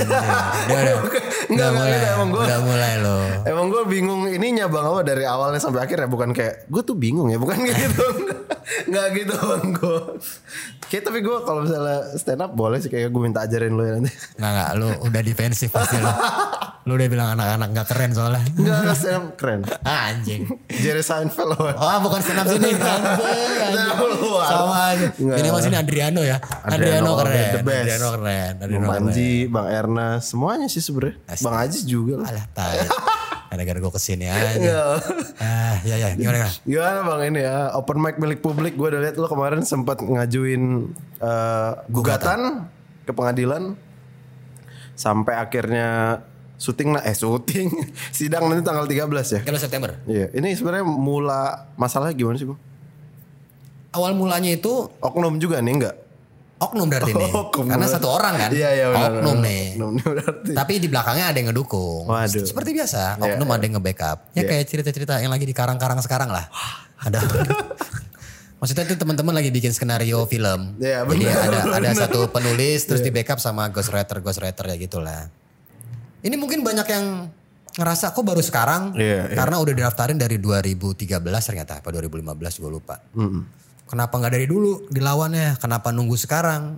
Udah mulai lo. Emang gue bingung ininya bang, apa dari awalnya sampai akhir ya, bukan kayak gue tuh bingung ya, bukan gitu. Nggak gitu bang gue. Kayak tapi gue kalau misalnya stand up boleh sih, kayak gue minta ajarin lo ya nanti. Nggak, lu udah defensif pasti lo. Lu udah bilang anak-anak gak keren soalnya. Enggak, stand up keren. Anjing. Jerry Seinfeld. Bukan stand up sini. Sama aja. Ini mas ini Adriano ya. Adriano keren. Adriano keren. Bang Panji, Bang Erna, semuanya sih sebenarnya. Bang Ajis juga lah. Alah tai. Gara-gara gue kesini aja. Ya gimana? Gimana bang ini ya, open mic milik publik. Gue udah lihat lo kemarin sempat ngajuin gugatan ke pengadilan. Sampai akhirnya syuting sidang nanti tanggal 13 ya. 13 September. Iya, ini sebenarnya masalahnya gimana sih bang? Awal mulanya itu oknum juga nih enggak? Oknum berarti nih. Karena satu orang kan. Iya, oknum nih. Berarti. Tapi di belakangnya ada yang ngedukung. Waduh. Seperti biasa, oknum ada yang nge-backup. Ya kayak cerita-cerita yang lagi di karang-karang sekarang lah. Ada. Maksudnya itu teman-teman lagi bikin skenario film. Jadi ada satu penulis terus di backup sama ghostwriter ya gitulah. Ini mungkin banyak yang ngerasa kok baru sekarang karena udah didaftarin dari 2013 ternyata apa 2015 gue lupa. Kenapa nggak dari dulu dilawannya? Kenapa nunggu sekarang?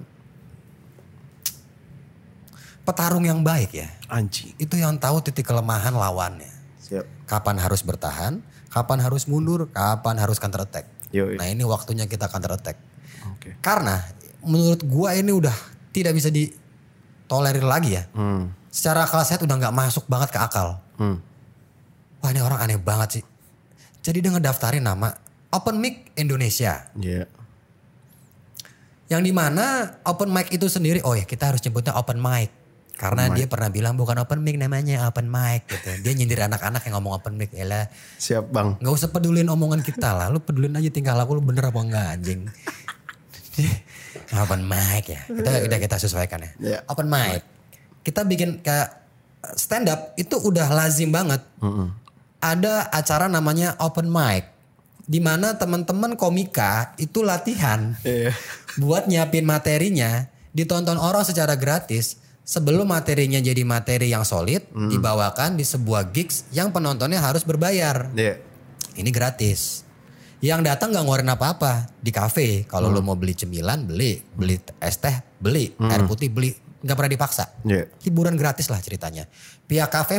Petarung yang baik ya. Anjing. Itu yang tahu titik kelemahan lawannya. Siap. Kapan harus bertahan, kapan harus mundur, kapan harus counter attack. Nah ini waktunya kita counter attack. Okay. Karena menurut gua ini udah tidak bisa ditolerir lagi ya. Secara akal sehat udah gak masuk banget ke akal. Wah ini orang aneh banget sih. Jadi dia ngedaftarin nama Open Mic Indonesia. Yang dimana open mic itu sendiri, oh ya kita harus nyebutnya open mic. Karena dia pernah bilang bukan open mic namanya open mic gitu. Dia nyindir anak-anak yang ngomong open mic. Yalah. Siap bang. Gak usah pedulin omongan kita lah. Lu pedulin aja tingkah laku lu bener apa enggak anjing. Open mic ya. Kita sesuaikan ya. Open mic. Kita bikin kayak stand up itu udah lazim banget. Ada acara namanya open mic. Dimana teman-teman komika itu latihan. Buat nyiapin materinya. Ditonton orang secara gratis. Sebelum materinya jadi materi yang solid, dibawakan di sebuah gigs yang penontonnya harus berbayar. Ini gratis. Yang datang gak ngeluarin apa-apa di kafe. Kalau lo mau beli cemilan, beli es teh, beli air putih, beli. Gak pernah dipaksa. Hiburan gratis lah ceritanya. Pihak kafe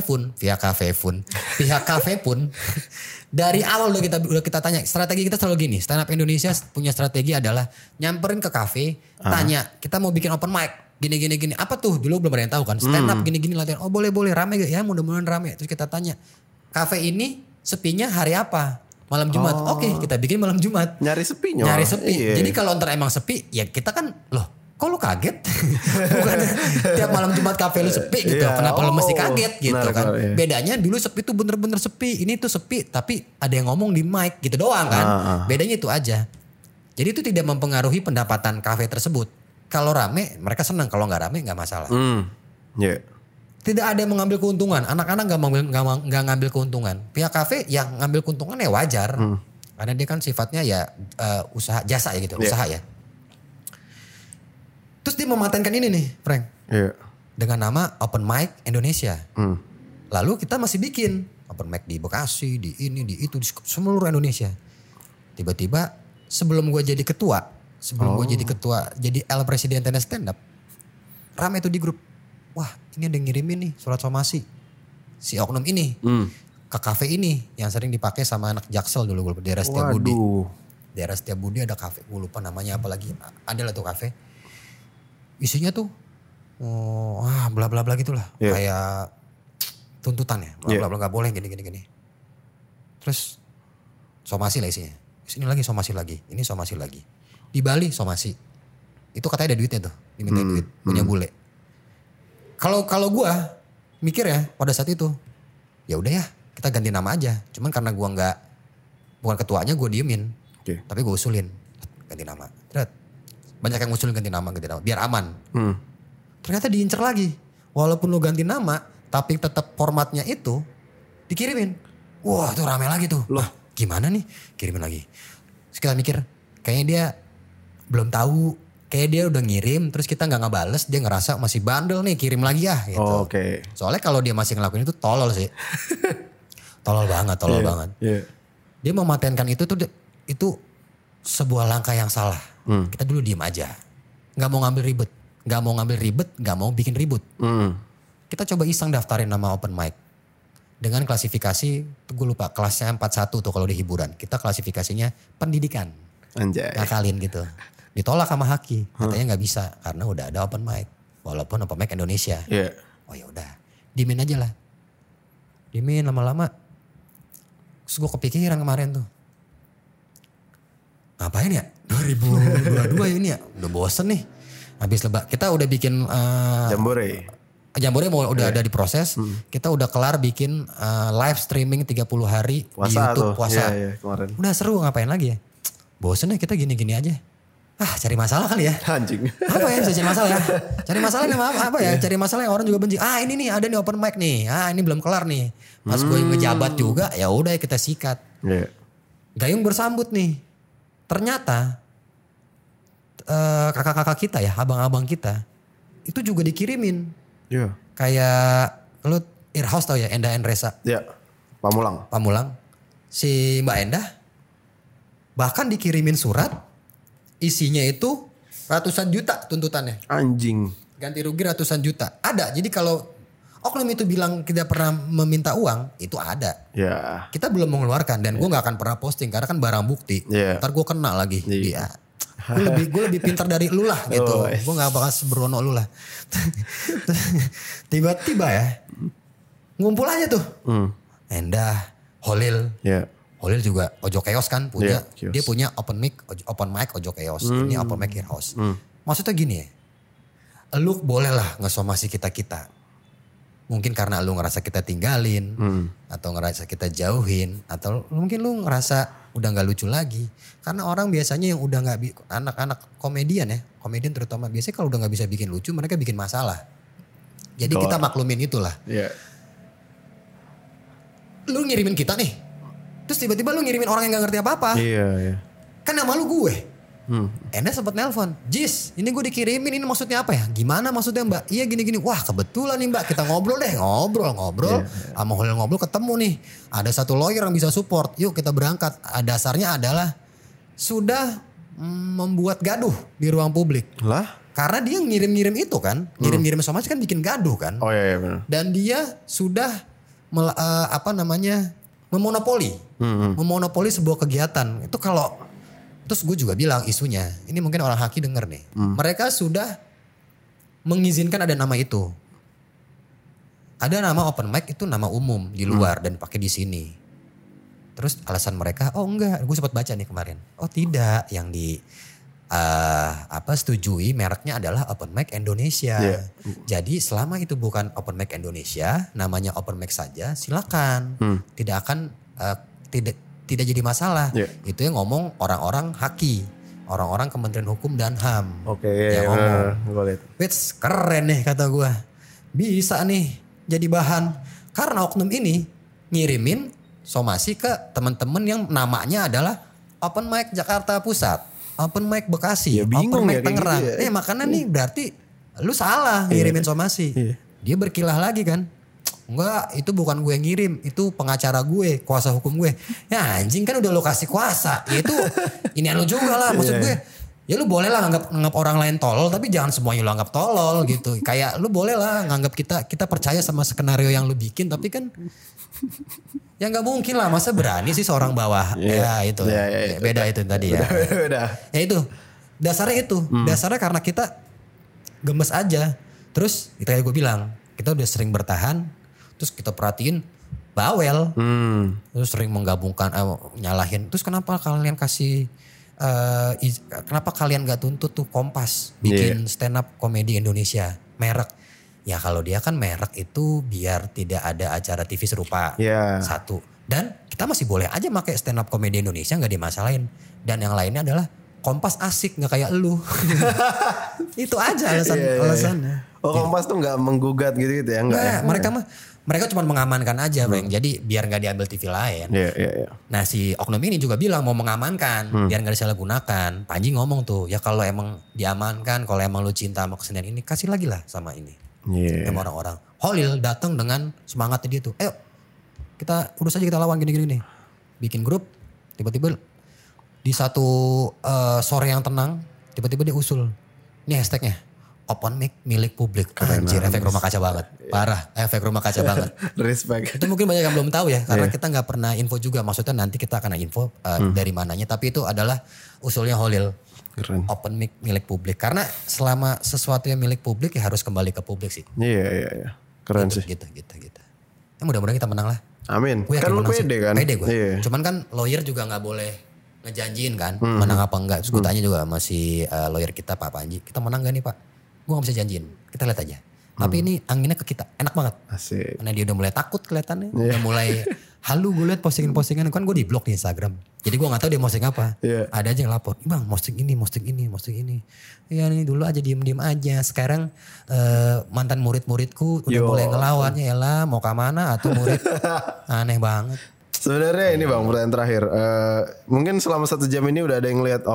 pun dari awal udah kita tanya. Strategi kita selalu gini. Stand Up Indonesia punya strategi adalah nyamperin ke kafe, tanya kita mau bikin open mic. Gini. Apa tuh? Dulu belum ada yang tahu kan. Stand up gini latihan. Oh boleh. Rame gak? Ya mudah-mudahan rame. Terus kita tanya. Kafe ini sepinya hari apa? Malam Jumat. Oke, kita bikin malam Jumat. Nyari sepinya. Jadi kalau ntar emang sepi. Ya kita kan loh. Kok lu kaget? Bukan tiap malam Jumat kafe lu sepi gitu. Kenapa lu mesti kaget gitu kan. Bedanya dulu sepi tuh bener-bener sepi. Ini tuh sepi. Tapi ada yang ngomong di mic gitu doang kan. Bedanya itu aja. Jadi itu tidak mempengaruhi pendapatan kafe tersebut. Kalau rame mereka senang, kalau nggak rame nggak masalah. Tidak ada yang mengambil keuntungan, anak-anak nggak ngambil keuntungan. Pihak kafe yang ngambil keuntungan ya wajar, karena dia kan sifatnya ya usaha jasa ya gitu, usaha ya. Terus dia mematenkan ini nih, Frank, dengan nama Open Mic Indonesia. Lalu kita masih bikin open mic di Bekasi, di ini, di itu, di seluruh Indonesia. Tiba-tiba sebelum gue jadi ketua. Jadi El Presidente Stand Up. Rame tuh di grup. Wah ini ada yang ngirimin nih surat somasi. Si oknum ini. Ke kafe ini. Yang sering dipakai sama anak Jaksel dulu. Daerah Setiabudi. Daerah Setiabudi ada kafe. Gue lupa namanya apa lagi. Ada lah tuh kafe. Isinya tuh. Bla bla bla gitulah. Kayak tuntutan ya. Bla bla bla gak boleh gini. Terus somasi lah isinya. Ini lagi somasi lagi. Ini somasi lagi. Di Bali somasi. Itu katanya ada duitnya tuh. Diminta duit. Punya bule. Kalau gue mikir ya pada saat itu. Ya udah ya kita ganti nama aja. Cuman karena gue bukan ketuanya gue diemin. Tapi gue usulin. Ganti nama. Banyak yang usulin ganti nama. Biar aman. Ternyata diincer lagi. Walaupun lu ganti nama. Tapi tetap formatnya itu. Dikirimin. Wah tuh rame lagi tuh. Loh gimana nih? Kirimin lagi. Terus kita mikir. Kayaknya dia belum tahu, kayak dia udah ngirim terus kita nggak ngebales, dia ngerasa masih bandel nih kirim lagi ya gitu. Soalnya kalau dia masih ngelakuin itu tolol sih. tolol banget. Dia mematenkan itu sebuah langkah yang salah. Kita dulu diem aja, nggak mau ngambil ribet, nggak mau bikin ribut. Kita coba iseng daftarin nama open mic dengan klasifikasi, gue lupa kelasnya 41 tuh kalau di hiburan. Kita klasifikasinya pendidikan. Anjay. Ngakalin gitu. Ditolak sama Haki. Katanya gak bisa karena udah ada open mic. Walaupun open mic Indonesia. Oh ya udah. Diemin aja lah. Diemin lama-lama. Terus gue kepikiran kemarin tuh. Ngapain ya? 2022 ini ya. Udah bosen nih. Habis lebak. Kita udah bikin. Jambore udah ada diproses. Kita udah kelar bikin live streaming 30 hari puasa di YouTube. Puasa. Kemarin. Udah seru ngapain lagi ya. Bosen ya kita gini-gini aja. Cari masalah kali ya. Anjing. Apa ya bisa cari masalah ya? Cari masalah apa ya? Cari masalah yang orang juga benci. Ini nih ada nih open mic nih. Ini belum kelar nih. Pas gue ngejabat juga ya udah kita sikat. Gayung bersambut nih. Ternyata kakak-kakak kita ya, abang-abang kita itu juga dikirimin. Kayak lu Earhouse tau ya, Endah Endresa. Ya, Pamulang. Si Mbak Endah bahkan dikirimin surat, isinya itu ratusan juta tuntutannya. Anjing. Ganti rugi ratusan juta. Ada, jadi kalau oknum itu bilang tidak pernah meminta uang, itu ada. Ya. Kita belum mengeluarkan dan gue gak akan pernah posting karena kan barang bukti. Ntar gue kena lagi. Iya. Gue lebih pintar dari lu lah gitu. Gue gak bakal sebrono lu lah. Tiba-tiba ya, ngumpul aja tuh. Endah, Holil. Holil juga Ojo Chaos kan punya. Dia punya open mic Ojo Chaos. Ini open mic Earhouse. Maksudnya gini ya. Lu boleh lah ngesomasi kita-kita. Mungkin karena lu ngerasa kita tinggalin. Atau ngerasa kita jauhin. Atau mungkin lu ngerasa udah gak lucu lagi. Karena orang biasanya yang udah gak, anak-anak komedian ya. Komedian terutama biasanya kalau udah gak bisa bikin lucu mereka bikin masalah. Jadi kita maklumin itulah. Lu ngirimin kita nih. Terus tiba-tiba lu ngirimin orang yang gak ngerti apa-apa. Kan nama lu gue. Endah sempat nelpon, Jis ini gue dikirimin, ini maksudnya apa ya? Gimana maksudnya mbak? Iya gini-gini. Wah kebetulan nih mbak, kita ngobrol deh. Ngobrol. Sama Holil ngobrol ketemu nih. Ada satu lawyer yang bisa support. Yuk kita berangkat. Dasarnya adalah sudah membuat gaduh di ruang publik. Lah? Karena dia ngirim-ngirim itu kan. Ngirim-ngirim somasi kan bikin gaduh kan. Oh iya benar. Dan dia sudah memonopoli. Memonopoli sebuah kegiatan. Itu kalau... Terus gue juga bilang isunya, ini mungkin orang haki denger nih. Mereka sudah mengizinkan ada nama itu. Ada nama open mic itu nama umum di luar dan pakai di sini. Terus alasan mereka, oh enggak, gue sempat baca nih kemarin. Oh tidak, yang di setujui mereknya adalah Open Mic Indonesia. Jadi selama itu bukan Open Mic Indonesia, namanya Open Mic saja, silakan. Tidak akan tidak jadi masalah. Itu yang ngomong orang-orang haki. Orang-orang Kementerian Hukum dan HAM. Yang ngomong. Wits keren nih kata gue. Bisa nih jadi bahan. Karena oknum ini ngirimin somasi ke teman-teman yang namanya adalah Open Mic Jakarta Pusat. Open Mic Bekasi. Open Mic Tangerang. Gitu ya. Makanya nih berarti lu salah ngirimin somasi. Dia berkilah lagi kan. Enggak, itu bukan gue yang ngirim, itu pengacara gue, kuasa hukum gue. Ya anjing kan udah lo kasih kuasa. Ya itu ini lu juga lah, maksud gue. Ya lu boleh lah nganggap orang lain tolol, tapi jangan semuanya lu anggap tolol gitu. Kayak lu boleh lah nganggap kita percaya sama skenario yang lu bikin, tapi kan ya nggak mungkin lah, masa berani sih seorang bawah. Ya itu. Beda itu tadi ya. Ya itu. Dasarnya itu. Dasarnya karena kita gemes aja. Terus kayak gue bilang, kita udah sering bertahan. Terus kita perhatiin bawel. Terus sering menggabungkan, nyalahin. Terus kenapa kalian kasih, kenapa kalian gak tuntut tuh Kompas bikin stand up komedi Indonesia merek. Ya kalau dia kan merek itu biar tidak ada acara TV serupa. Satu. Dan kita masih boleh aja pakai stand up komedi Indonesia gak dimasalahin. Dan yang lainnya adalah Kompas asik gak kayak lu. Itu aja alasannya. Oh Kompas tuh gak menggugat gitu-gitu ya? Enggak ya? Mereka cuma mengamankan aja Bang. Jadi biar gak diambil TV lain. Nah si oknum ini juga bilang mau mengamankan. Biar gak disalahgunakan. Panji ngomong tuh. Ya kalau emang diamankan. Kalau emang lu cinta sama kesenian ini. Kasih lagi lah sama ini. Sama orang-orang. Holil datang dengan semangatnya dia tuh. Ayo kita urus aja, kita lawan gini-gini nih. Bikin grup. Tiba-tiba di satu sore yang tenang. Tiba-tiba dia usul. Ini hashtagnya. Open mic milik publik. Anjir, efek rumah kaca banget. Parah, efek rumah kaca banget. Respect. Itu mungkin banyak yang belum tahu ya. Karena kita gak pernah info juga. Maksudnya nanti kita akan info dari mananya. Tapi itu adalah usulnya Holil. Keren. Open mic milik publik. Karena selama sesuatu yang milik publik ya harus kembali ke publik sih. Iya. Keren gitu, sih. Gitu. Ya mudah-mudahan kita menang lah. Amin. Kan lu pede kan? Pede gue. Cuman kan lawyer juga gak boleh ngejanjiin kan. Menang apa enggak. Terus gue tanya juga sama si lawyer kita Pak Panji. Kita menang gak nih Pak? Gue gak bisa janjiin, kita lihat aja. Tapi ini anginnya ke kita, enak banget. Asik. Karena dia udah mulai takut kelihatannya. Udah mulai halu, gue liat postingan-postingan. Kan gue di blog di Instagram. Jadi gue gak tahu dia posting apa. Ada aja yang lapor. Bang posting ini. Ya ini dulu aja diem-diem aja. Sekarang mantan murid-muridku udah mulai ngelawannya. Yalah mau kemana atau murid. Aneh banget. Sebenarnya ini Bang pertanyaan terakhir. Mungkin selama 1 jam ini udah ada yang lihat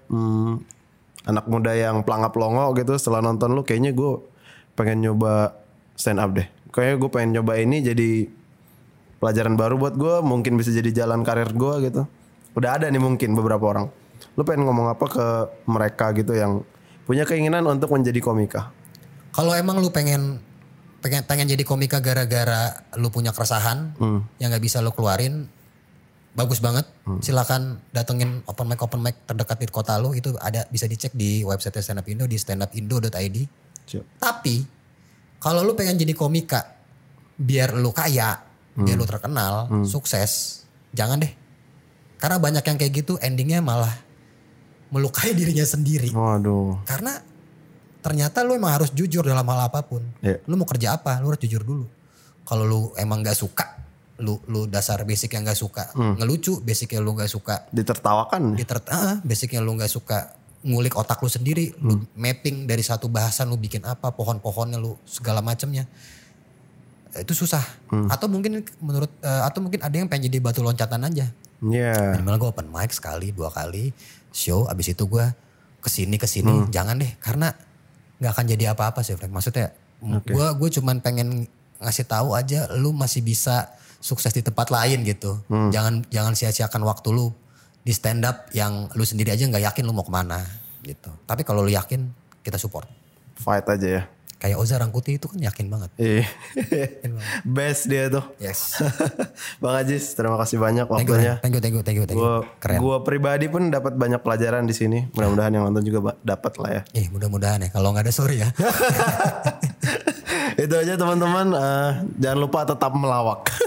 anak muda yang pelangap longo gitu setelah nonton lu kayaknya gue pengen nyoba stand up deh. kayaknya gue pengen coba ini jadi pelajaran baru buat gue, mungkin bisa jadi jalan karir gue gitu. Udah ada nih mungkin beberapa orang. Lu pengen ngomong apa ke mereka gitu yang punya keinginan untuk menjadi komika? Kalau emang lu pengen jadi komika gara-gara lu punya keresahan yang nggak bisa lu keluarin, bagus banget. Silakan datengin open mic terdekat di kota lu. Itu ada, bisa dicek di website Stand Up Indo di standupindo.id. Tapi kalau lu pengen jadi komika biar lu kaya, biar lu terkenal, sukses, jangan deh. Karena banyak yang kayak gitu endingnya malah melukai dirinya sendiri. Waduh. Karena ternyata lu emang harus jujur dalam hal apapun. Lu mau kerja apa, lu harus jujur dulu. Kalau lu emang gak suka, lu dasar basic yang gak suka, ngelucu basicnya lu gak suka. Ditertawakan. Basicnya lu gak suka, ngulik otak lu sendiri, lu mapping dari satu bahasan lu bikin apa, pohon-pohonnya lu segala macamnya. Itu susah. Atau mungkin atau mungkin ada yang pengen jadi batu loncatan aja. Minimal gue open mic sekali, 2 kali show, abis itu gue kesini. Jangan deh, karena nggak akan jadi apa-apa sih Frank. Maksudnya gue cuman pengen ngasih tahu aja, lu masih bisa sukses di tempat lain gitu. Jangan sia-siakan waktu lu di stand up yang lu sendiri aja nggak yakin lu mau kemana gitu. Tapi kalau lu yakin, kita support. Fight aja ya. Kayak Oza Rangkuti itu kan yakin banget. Iya. Best dia tuh. Yes. Bang Ajis, terima kasih banyak waktunya. Thank you. Keren. Gue pribadi pun dapat banyak pelajaran di sini. Mudah-mudahan yang nonton juga dapat lah ya. Mudah-mudahan ya. Kalau nggak ada sorry ya. Itu aja teman-teman. Jangan lupa tetap melawak.